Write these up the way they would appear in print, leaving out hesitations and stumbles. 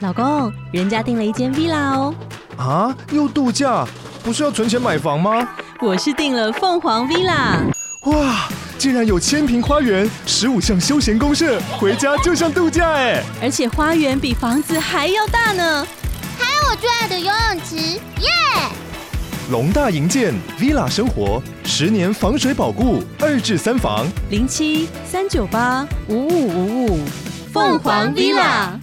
老公，人家订了一间 villa 哦。 啊，又度假？不是要存钱买房吗？ 我是订了凤凰 villa。 哇，竟然有1000坪花园，15项休闲公设，回家就像度假哎！ 而且花园比房子还要大呢。 还有我最爱的游泳池，耶！ 龙大营建 Villa 生活，10年防水保固，2至3房 07-398-5555，凤凰 villa。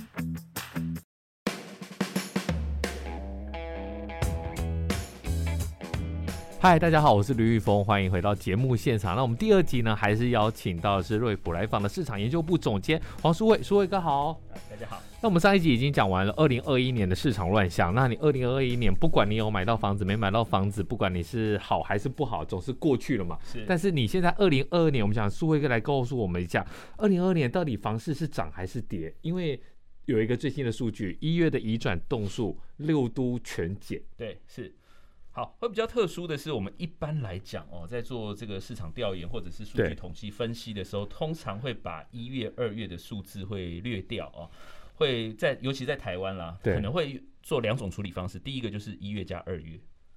嗨，大家好，我是吕玉峰，欢迎回到节目现场。那我们第2集呢，还是邀请到的是瑞普来访的市场研究部总监黄书伟，书伟哥好。 大家好。 那我们上一集已经讲完了2021年的市场乱象。那你2021年，不管你有买到房子没买到房子，不管你是好还是不好，总是过去了嘛。但是你现在2022年，我们想书伟哥来告诉我们一下，2022年到底房市是涨还是跌？因为有一个最新的数据，1月的移转栋数6都全减。 对，是。好，会比较特殊的是，我们一般来讲在做这个市场调研或者是数据统计分析的时候，通常会把1月、2月的数字会略掉会在尤其在台湾啦，可能会做2种处理方式。第一个就是1月加2月。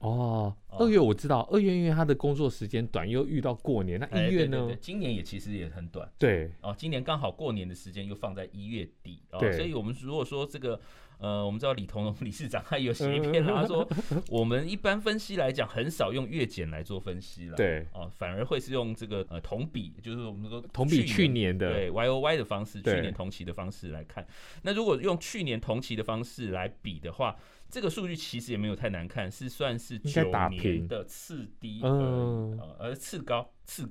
2月我知道，2月因为他的工作时间短，又遇到过年，那1月呢？ 对，今年也其实也很短。 对， 今年刚好过年的时间又放在1月底所以我们如果说这个我们知道李同荣理事长他有写一篇他说我们一般分析来讲很少用月减来做分析了， 对反而会是用这个同比，就是我们说同比去年的对 YOY 的方式，去年同期的方式来看。那如果用去年同期的方式来比的话，这个数据其实也没有太难看，是算是9年的次低而次高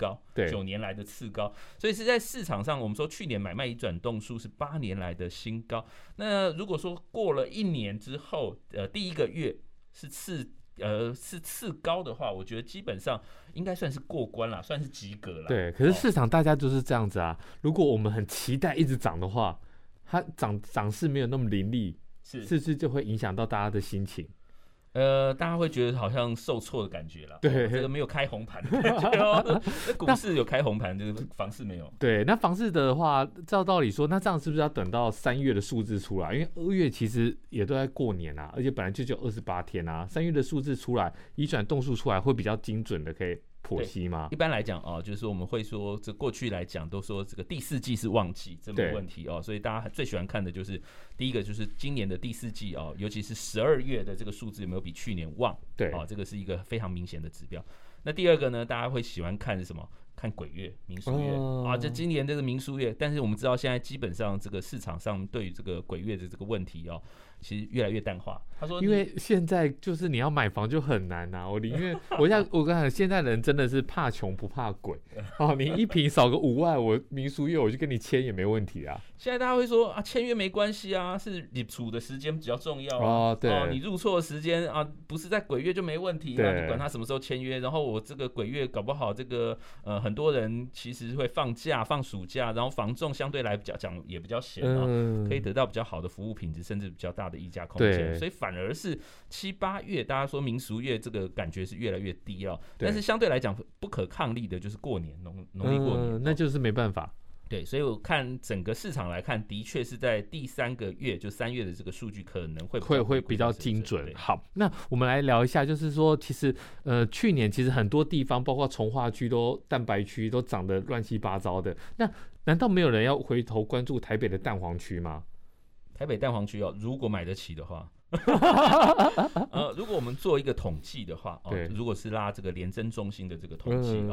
，9年来的次高，所以是在市场上我们说去年买卖移转栋数是8年来的新高。那如果说过了1年之后，第1个月是次高的话，我觉得基本上应该算是过关了，算是及格了。 对，可是市场大家就是这样子啊。如果我们很期待一直涨的话，它涨势没有那么凌厉，是不是就会影响到大家的心情？ 大家会觉得好像受挫的感觉了。对，这个没有开红盘的感觉那股市有开红盘，这个房市没有。 对，那房市的话，照道理说，那这样是不是要等到3月的数字出来？因为2月其实也都在过年啊，而且本来就只有28天啊，3月的数字出来，移转栋数出来会比较精准的，可以剖析吗？ 一般来讲就是我们会说，这过去来讲都说这个第4季是旺季，这没问题所以大家最喜欢看的就是第一个就是今年的第4季尤其是12月的这个数字有没有比去年旺？对这个是一个非常明显的指标。那第二个呢，大家会喜欢看是什么？看鬼月、民俗月这今年这个民俗月，但是我们知道现在基本上这个市场上对于这个鬼月的这个问题其实越来越淡化。他说， 因为现在就是你要买房就很难啊，我宁愿我跟你讲，现在人真的是怕穷不怕鬼你1坪少个5万，我民俗月我就跟你签也没问题啊。 现在大家会说签约没关系啊，是你处的时间比较重要对你入错的时间不是在鬼月就没问题啊，你管他什么时候签约。然后我这个鬼月搞不好这个很多人其实会放假放暑假，然后房仲相对来讲也比较闲可以得到比较好的服务品质，甚至比较大的溢价空间。所以反而是7、8月，大家说民俗月这个感觉是越来越低但是相对来讲不可抗力的就是过年，农历过年那就是没办法。 对，所以我看整个市场来看，的确是在第3个月，就3月的这个数据可能会比较精准。好，那我们来聊一下，就是说，其实去年其实很多地方，包括从化区蛋白区都涨得乱七八糟的。那难道没有人要回头关注台北的蛋黄区吗？ 台北蛋黄区如果买得起的话。如果我们做一个统计的话如果是拉这个联征中心的这个统计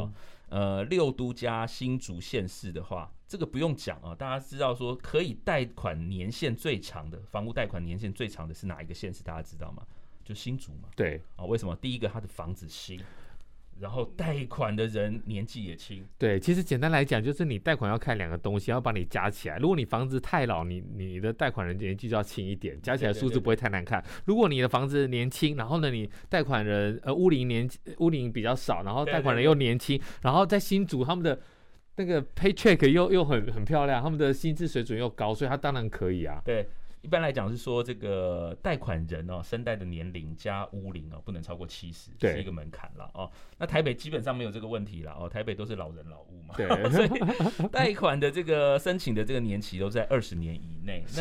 6都加新竹县市的话，这个不用讲大家知道说可以贷款年限最长的房屋贷款年限最长的是哪一个县市？大家知道吗？就新竹嘛。对为什么？第一个它的房子新，然后贷款的人年纪也轻。对， 其实简单来讲，就是你贷款要看2个东西，要把你加起来。如果你房子太老，你的贷款人年纪就要轻一点，加起来数字不会太难看。如果你的房子年轻，然后呢，你贷款人屋龄比较少，然后贷款人又年轻，然后在新竹他们的那个 paycheck 又很漂亮，他们的薪资水准又高，所以他当然可以啊。 对。一般来讲是说，这个贷款人身贷的年龄加屋龄不能超过70，是一个门槛了那台北基本上没有这个问题了台北都是老人老屋嘛，所以贷款的这个申请的这个年期都在20年以内。那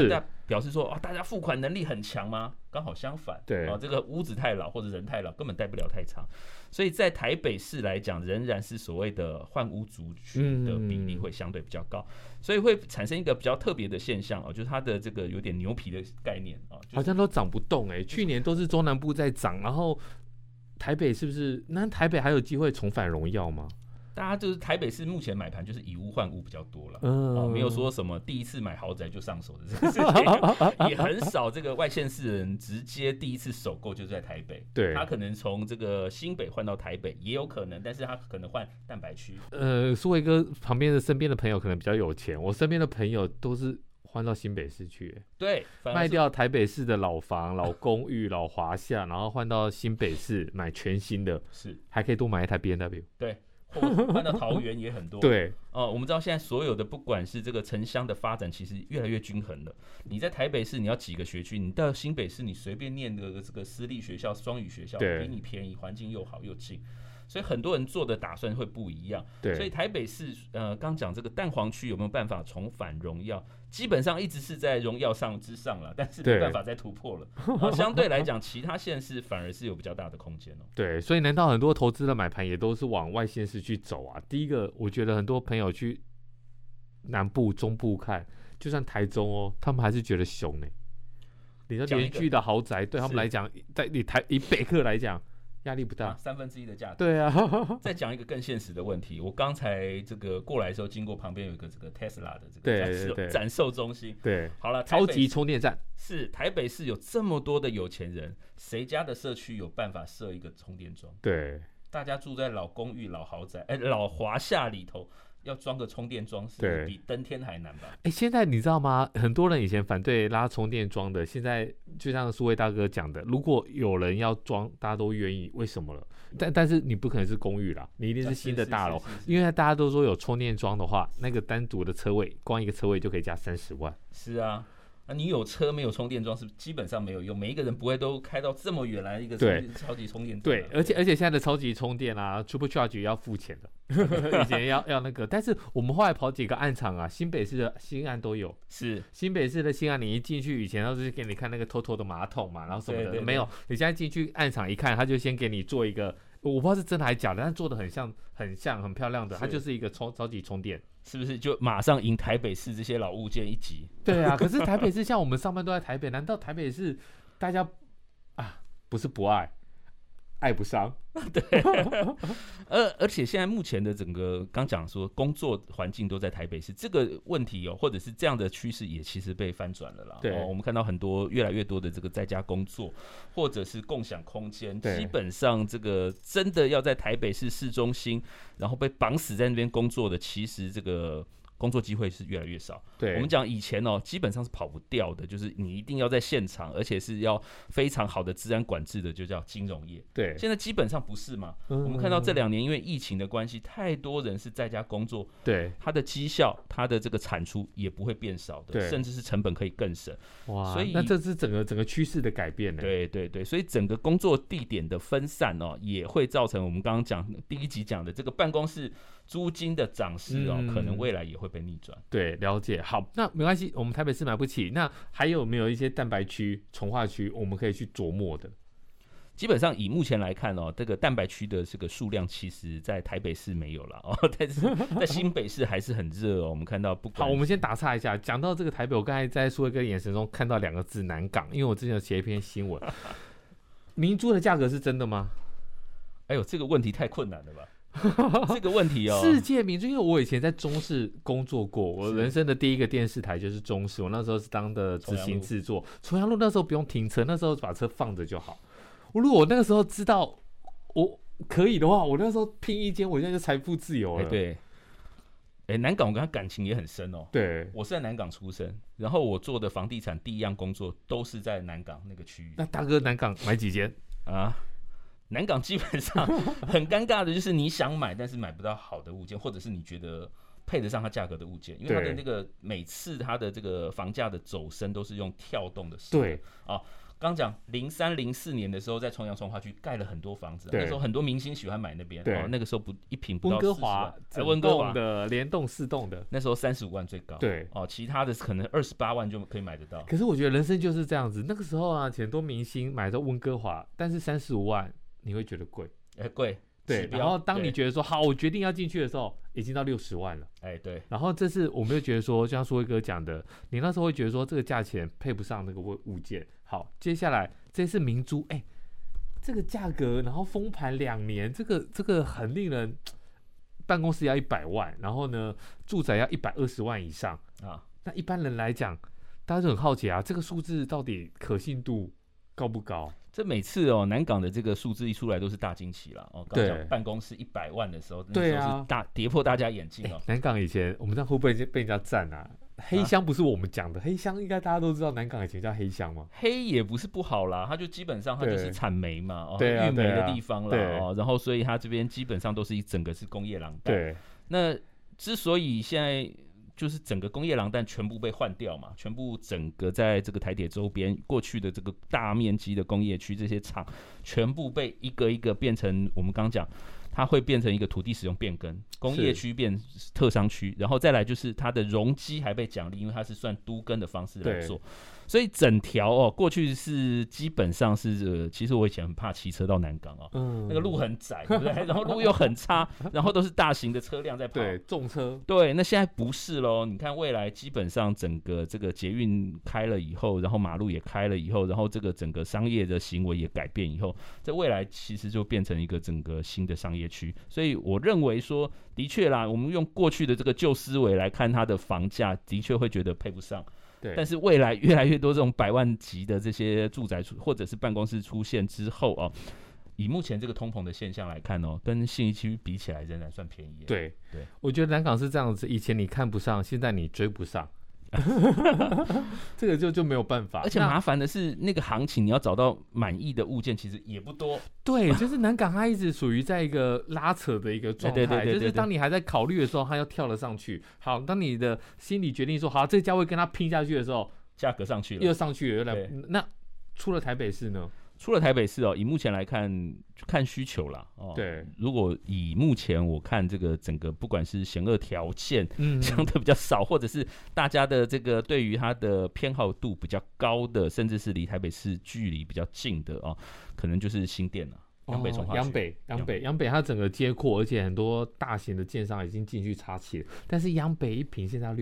表示说大家付款能力很强吗？刚好相反， 对这个屋子太老或者人太老，根本贷不了太长。所以在台北市来讲，仍然是所谓的换屋族群的比例会相对比较高，所以会产生一个比较特别的现象就是它的这个有点牛皮的概念好像都涨不动去年都是中南部在涨，然后台北是不是？那台北还有机会重返荣耀吗？ 大家就是台北市目前买盘就是以屋换屋比较多了，没有说什么第一次买豪宅就上手的这个事情，也很少这个外县市人直接第一次首购就在台北， 对， 他可能从这个新北换到台北也有可能，但是他可能换蛋白区。 苏维哥旁边的身边的朋友可能比较有钱，我身边的朋友都是换到新北市去， 对， 卖掉台北市的老房、老公寓、老华夏，然后换到新北市买全新的， 是还可以多买一台 BMW， 对。或换到桃园也很多， 对我们知道现在所有的不管是这个城乡的发展，其实越来越均衡了。你在台北市你要几个学区，你到新北市你随便念的这个私立学校、双语学校，比你便宜，环境又好又近。所以很多人做的打算会不一样， 对， 所以台北市刚讲这个蛋黄区有没有办法重返荣耀？基本上一直是在荣耀之上了，但是没办法再突破了。相对来讲，其他县市反而是有比较大的空间对，所以难道很多投资的买盘也都是往外县市去走啊？第一个，我觉得很多朋友去南部、中部看，就算台中他们还是觉得凶你说连续的豪宅对他们来讲，在以北客来讲。压力不大 ，1/3的价格。 对啊， 再讲一个更现实的问题，我刚才这个过来的时候，经过旁边有一个这个 Tesla 的这个展售中心。 对， 好了， 超级充电站是台北市有这么多的有钱人，谁家的社区有办法设一个充电桩？ 对， 大家住在老公寓、老豪宅，老华夏里头。要装个充电桩是比登天还难吧？ 现在你知道吗？很多人以前反对拉充电桩的，现在就像苏威大哥讲的，如果有人要装，大家都愿意。为什么了？但是你不可能是公寓啦，你一定是新的大楼，因为大家都说有充电桩的话，那个单独的车位，光一个车位就可以加30万。 是啊。你有车没有充电桩是基本上没有用，每一个人不会都开到这么远来一个超级充电站。 对，而且现在的超级充电啊 ，Supercharge 要付钱的，以前要那个，但是我们后来跑几个暗场啊，新北市的新案都有。 是新北市的新案，你一进去以前都是给你看那个偷偷的马桶嘛，然后什么的， 对没有，你现在进去暗场一看，他就先给你做一个。我不知道是真的还是假的，但做的很像很漂亮的，它就是一个超级充电， 是不是就马上赢台北市这些老物件一级？ 对啊，可是台北市像我们上班都在台北，难道台北市大家不是不爱不上？ 对，而且现在目前的整个刚讲说工作环境都在台北市，这个问题或者是这样的趋势也其实被翻转了啦。 对， 我们看到越来越多的这个在家工作或者是共享空间，基本上这个真的要在台北市市中心，然后被绑死在那边工作的，其实这个工作机会是越来越少。 对， 我们讲以前基本上是跑不掉的，就是你一定要在现场，而且是要非常好的治安管制的，就叫金融业。 对， 现在基本上不是嘛。我们看到这2年因为疫情的关系，太多人是在家工作， 对， 他的绩效、他的这个产出也不会变少的，甚至是成本可以更省。 哇， 所以那这是整个趋势的改变呢。 对，所以整个工作地点的分散也会造成我们刚刚讲第一集讲的这个办公室租金的涨势可能未来也会被逆转。 对，了解。好，那没关系，我们台北市买不起，那还有没有一些蛋白区、重划区我们可以去琢磨的？ 基本上以目前来看这个蛋白区的这个数量，其实在台北市没有了但是在新北市还是很热我们看到好， 我们先打岔一下，讲到这个台北，我刚才在苏威哥的眼神中看到2个字南港，因为我之前有写一篇新闻，明珠的价格是真的吗？ 哎呦，这个问题太困难了吧？这个问题世界明珠，因为我以前在中视工作过，我人生的第一个电视台就是中视，我那时候是当的执行制作。重阳路那时候不用停车，那时候把车放着就好。如果我那个时候知道我可以的话，我那时候拼一间，我现在就财富自由了。 对，南港我跟他感情也很深对， 我是在南港出生，然后我做的房地产第一样工作都是在南港那个区域。 那大哥，南港买几间啊？南港基本上很尴尬的就是你想买，但是买不到好的物件，或者是你觉得配得上它价格的物件，因为它的那个每次它的这个房价的走升都是用跳动的。 对刚讲03、04年的时候，在重阳从化区盖了很多房子，那时候很多明星喜欢买那边。那个时候一坪不到40万。 温哥华的连栋4栋的， 那时候35万最高。对其他的可能28万就可以买得到。 可是我觉得人生就是这样子，那个时候啊，很多明星买到温哥华，但是35万你会觉得贵， 贵。 对，然后当你觉得说好，我决定要进去的时候，已经到60万了。 对。 然后这是我们又觉得说，就像苏威哥讲的，你那时候会觉得说这个价钱配不上那个物件。好，接下来这次明珠，这个价格，然后封盘2年，这个很令人，办公室要100万，然后呢，住宅要120万以上啊。那一般人来讲，大家就很好奇啊，这个数字到底可信度高不高？ 这每次南港的这个数字一出来都是大惊奇了刚讲办公室100万的时候， 对啊， 那时候是跌破大家眼镜南港以前我们这样会不会被人家赞啊？黑箱不是我们讲的，黑箱应该大家都知道，南港以前叫黑箱吗？ 黑也不是不好啦，它就基本上它就是产煤嘛， 对玉煤的地方啦然后所以它这边基本上都是一整个是工业廊带。 对， 那之所以现在就是整个工业廊带全部被换掉嘛，全部整个在这个台铁周边过去的这个大面积的工业区，这些厂全部被一个一个变成我们刚刚讲，它会变成一个土地使用变更，工业区变特商区，然后再来就是它的容积还被奖励，因为它是算都更的方式来做。所以整条过去是基本上是其实我以前很怕骑车到南港那个路很窄，对不对？然后路又很差，然后都是大型的车辆在跑， 对，重车。 对，那现在不是咯，你看未来基本上整个这个捷运开了以后，然后马路也开了以后，然后这个整个商业的行为也改变以后，在未来其实就变成一个整个新的商业区。所以我认为说，的确啦，我们用过去的这个旧思维来看它的房价，的确会觉得配不上。 对， 但是未来越来越多这种100万级的这些住宅或者是办公室出现之后以目前这个通膨的现象来看跟信义区比起来仍然算便宜。 对，我觉得南港是这样子，以前你看不上，现在你追不上。这个就没有办法， 而且麻烦的是那个行情，你要找到满意的物件其实也不多。 对，就是南港它一直属于在一个拉扯的一个状态，就是当你还在考虑的时候，它要跳了上去。好，当你的心理决定说好这个价位跟它拼下去的时候， 价格上去了， 又上去了，那出了台北市呢？ 除了台北市以目前来看，看需求啦对， 如果以目前我看这个整个不管是险恶条件相对比较少，或者是大家的这个对于它的偏好度比较高的，甚至是离台北市距离比较近的可能就是新店了。央北从化区， 央北它整个街廓，而且很多大型的建商已经进去插旗了，但是央北一坪现在要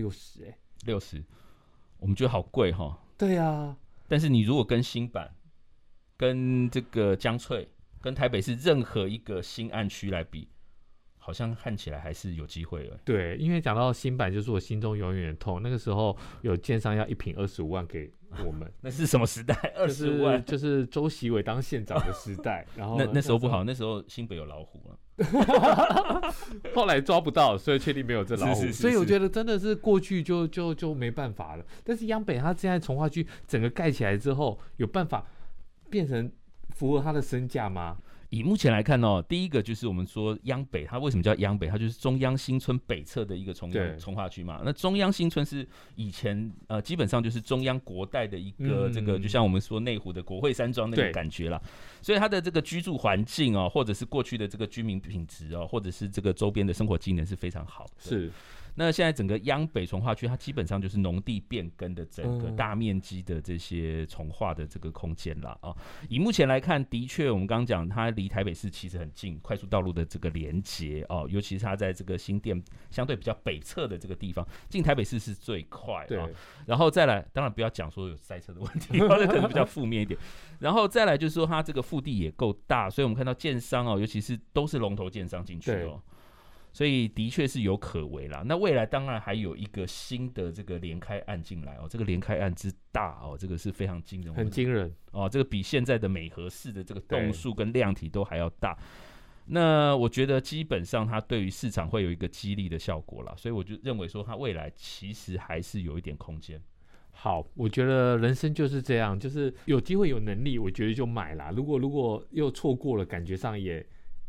60 我们觉得好贵对啊， 但是你如果跟新板、跟这个江翠、跟台北市任何一个新案区来比，好像看起来还是有机会了。 对，因为讲到新板，就是我心中永远痛。那个时候有建商要1坪25万给我们， 那是什么时代？25万就是周习伟当县长的时代。然后那时候不好，那时候新北有老虎了。 后来抓不到，所以确定没有这老虎。所以我觉得真的是过去就没办法了。但是央北它现在从化区整个盖起来之后，有办法变成符合它的身价吗？ 以目前来看第一个就是我们说央北，它为什么叫央北？它就是中央新村北侧的一个从化区嘛。那中央新村是以前基本上就是中央国代的一个这个，就像我们说内湖的国会山庄那个感觉啦。所以它的这个居住环境或者是过去的这个居民品质或者是这个周边的生活机能是非常好的。 是。 那现在整个央北从化区，它基本上就是农地变更的整个大面积的这些从化的这个空间啦以目前来看，的确我们刚刚讲，它离台北市其实很近，快速道路的这个连接尤其是它在这个新店相对比较北侧的这个地方，进台北市是最快然后再来，当然不要讲说有塞车的问题，那可能比较负面一点。然后再来就是说，它这个腹地也够大，所以我们看到建商尤其是都是龙头建商进去所以的确是有可为啦。那未来当然还有一个新的这个联开案进来这个联开案之大这个是非常惊人， 很惊人这个比现在的美和市的这个栋数跟量体都还要大。那我觉得基本上它对于市场会有一个激励的效果啦，所以我就认为说它未来其实还是有一点空间。 好，我觉得人生就是这样，就是有机会有能力，我觉得就买啦。如果又错过了，感觉上也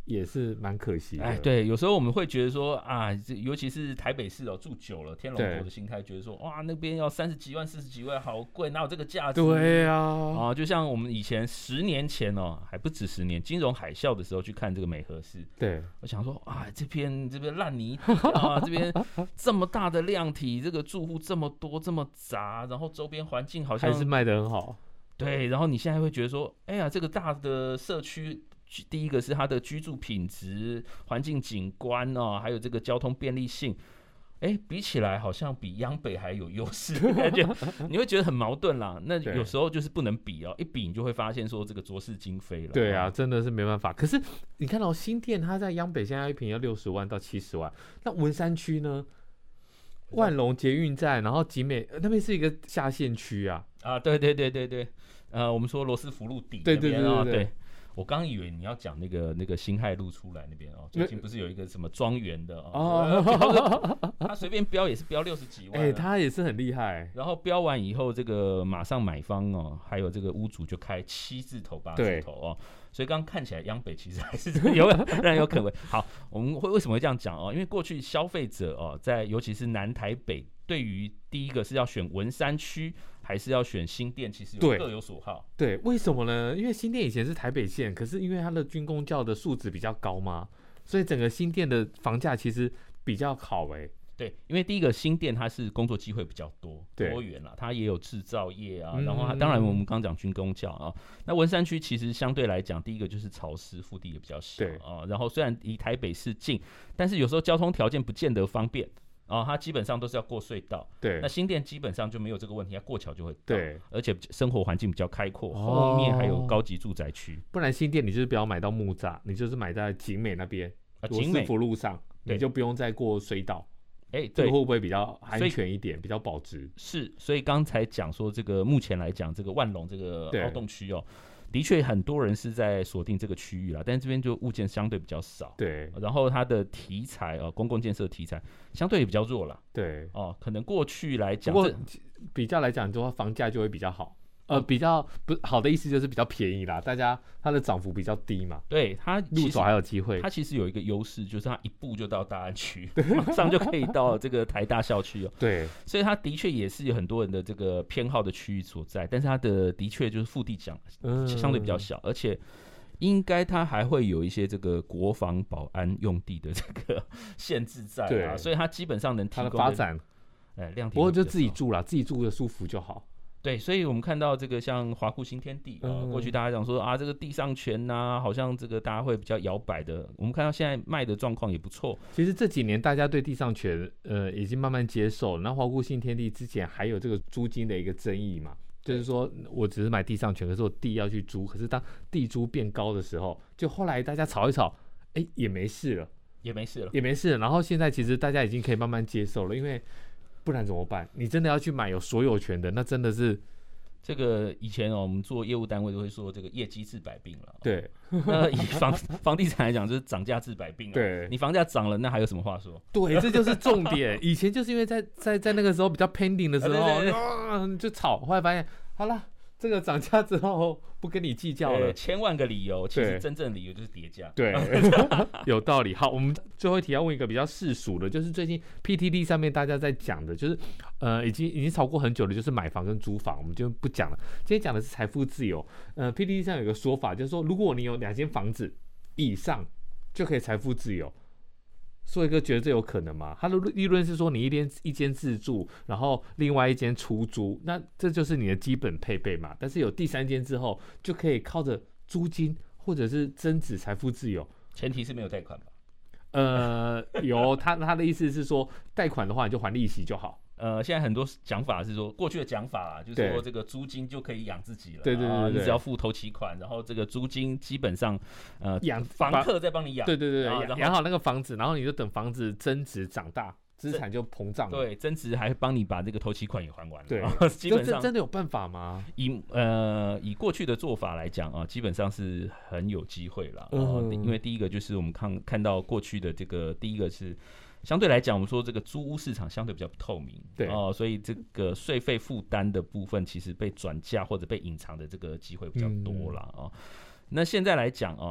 也是蛮可惜的。 对，有时候我们会觉得说啊，尤其是台北市住久了，天龙国的心态觉得说，哇，那边要30几万、40几万，好贵，哪有这个价值？ 对啊， 就像我们以前10年前还不止10年，金融海啸的时候去看这个美和市， 对，我想说啊，这边烂泥地啊，这边这么大的量体，这个住户这么多这么杂，然后周边环境好像还是卖得很好。 对，然后你现在会觉得说，哎呀，这个大的社区，第一个是它的居住品质、环境景观还有这个交通便利性，比起来好像比央北还有优势，感觉你会觉得很矛盾啦。那有时候就是不能比一比你就会发现说这个浊世今非了。 对啊，真的是没办法。可是你看到新店，它在央北现在一坪要60万到70万，那文山区呢？万隆捷运站，然后景美那边是一个下线区啊。 对，我们说罗斯福路底那边对。我刚以为你要讲那个辛亥路出来那边最近不是有一个什么庄园的他随便标也是标60几万， 他也是很厉害。 然后标完以后，这个马上买方还有这个屋主就开7字头、8字头所以刚刚看起来央北其实还是让人有可为。好，我们为什么会这样讲因为过去消费者在尤其是南台北，对于第一个是要选文山区还是要选新店，其实各有所好。 对，为什么呢？因为新店以前是台北县，可是因为它的军公教的素质比较高嘛，所以整个新店的房价其实比较好对，因为第一个新店它是工作机会比较多元啦，它也有制造业然后当然我们刚讲军公教那文山区其实相对来讲，第一个就是潮湿，腹地也比较小然后虽然离台北市近，但是有时候交通条件不见得方便它基本上都是要过隧道。 对， 那新店基本上就没有这个问题，要过桥就会到。对，而且生活环境比较开阔，后面还有高级住宅区。 不然新店你就是不要买到木栅，你就是买在景美那边，罗斯福路上，你就不用再过隧道。这个会不会比较安全一点，比较保值？ 是，所以刚才讲说这个目前来讲，这个万隆这个凹洞区的确很多人是在锁定这个区域啦，但是这边就物件相对比较少。对，然后它的题材公共建设题材相对也比较弱啦。对，可能过去来讲， 不过比较来讲的话，房价就会比较好。比较不好的意思就是比较便宜啦，大家它的涨幅比较低嘛。 对，它入手还有机会。 它其实有一个优势，就是它一步就到大安区，马上就可以到这个台大校区对， 所以它的确也是有很多人的这个偏好的区域所在，但是它的确就是腹地相对比较小，而且应该它还会有一些这个国防保安用地的这个限制在所以它基本上能提供它的发展， 量体不过就自己住啦，自己住的舒服就好。 对，所以我们看到这个像华库新天地过去大家讲说这个地上权好像这个大家会比较摇摆的，我们看到现在卖的状况也不错。 其实这几年大家对地上权已经慢慢接受，那华库新天地之前还有这个租金的一个争议嘛，就是说我只是买地上权，可是我地要去租，可是当地租变高的时候，就后来大家吵一吵，也没事了，然后现在其实大家已经可以慢慢接受了，因为不然怎么办？你真的要去买有所有权的，那真的是这个以前我们做业务单位都会说这个业绩治百病了。 对， 那以房地产来讲，就是涨价治百病了。 对， 你房价涨了，那还有什么话说？ 对，这就是重点。以前就是因为在那个时候比较 pending 的时候，就吵，后来发现好了。这个涨价之后不跟你计较了， 千万个理由，其实真正理由就是跌价。 对，有道理。好，我们最后一题要问一个比较世俗的，就是最近 PTT 上面大家在讲的，就是已经炒过很久的，就是买房跟租房，我们就不讲了。今天讲的是财富自由。PTT 上有个说法，就是说，如果你有2间房子以上，就可以财富自由。所以哥觉得这有可能吗？他的利润是说你一间自住，然后另外一间出租，那这就是你的基本配备嘛。但是有第3间之后，就可以靠着租金或者是增值财富自由。 前提是没有贷款吧？ 有他的意思是说，贷款的话你就还利息就好。 现在很多讲法是说，过去的讲法就是说这个租金就可以养自己了， 对， 你只要付头期款，然后这个租金基本上养房客在帮你养， 对，养好那个房子，然后你就等房子增值长大，资产就膨胀了， 对，增值还帮你把这个头期款也还完了， 对， 基本上真的有办法吗？ 以过去的做法来讲基本上是很有机会了，因为第一个就是我们看到过去的这个第一个是。相对来讲，我们说这个租屋市场相对比较不透明，对所以这个税费负担的部分，其实被转嫁或者被隐藏的这个机会比较多啦那现在来讲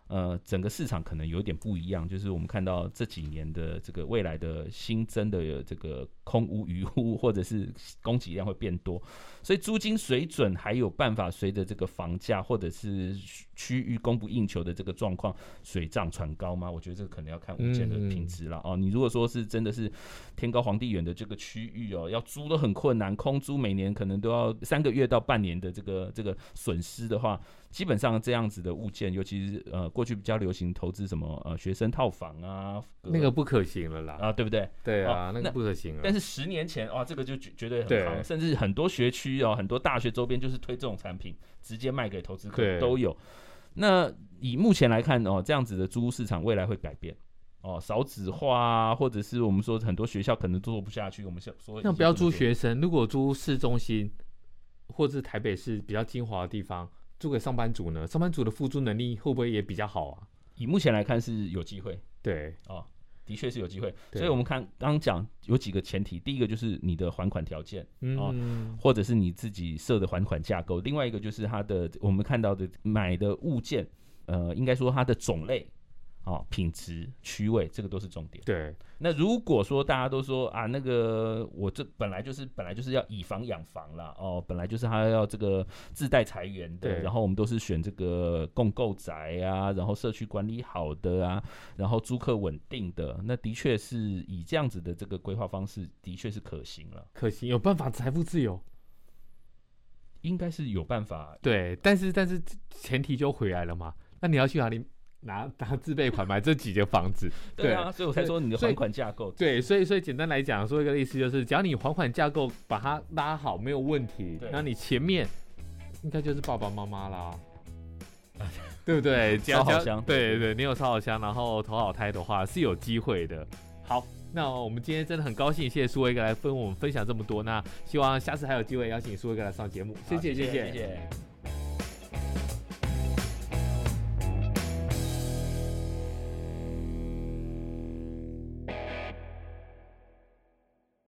整个市场可能有点不一样，就是我们看到这几年的这个未来的新增的这个空屋、余屋，或者是供给量会变多，所以租金水准还有办法随着这个房价或者是区域供不应求的这个状况水涨船高吗？我觉得这个可能要看物件的品质了哦。你如果说是真的是天高皇帝远的这个区域哦，要租都很困难，空租每年可能都要3个月到半年的这个损失的话，基本上这样子的物件，尤其是过去比较流行投资什么学生套房啊， 那个不可行了啦啊，对不对？ 对啊，那个不可行了。 但是10年前这个就绝对很好，甚至很多学区很多大学周边就是推这种产品，直接卖给投资客都有。那以目前来看这样子的租屋市场未来会改变少子化啊，或者是我们说很多学校可能做不下去，我们说那不要租学生，如果租市中心或是台北市比较精华的地方，租给上班族呢？上班族的付租能力会不会也比较好啊？ 以目前来看是有机会， 对的确是有机会。所以我们看刚刚讲有几个前提，第一个就是你的还款条件或者是你自己设的还款架构，另外一个就是它的我们看到的买的物件，应该说它的种类。品质、区位，这个都是重点。 对， 那如果说大家都说那个我这本来就是要以房养房啦，本来就是他要这个自带财源的，然后我们都是选这个共构宅啊，然后社区管理好的啊，然后租客稳定的，那的确是以这样子的这个规划方式，的确是可行了。 可行，有办法财富自由， 应该是有办法。 对，但是前提就回来了嘛，那你要去哪里？拿自备款买这几间房子， 对啊，所以我才说你的还款架构。 对，所以简单来讲，说一个意思就是，只要你还款架构把它拉好，没有问题，那你前面应该就是爸爸妈妈啦，对不对？ 烧好香， 对，你有烧好香，然后投好胎的话是有机会的。好，那我们今天真的很高兴，谢谢苏威哥来跟我们分享这么多。那希望下次还有机会邀请苏威哥来上节目，谢谢。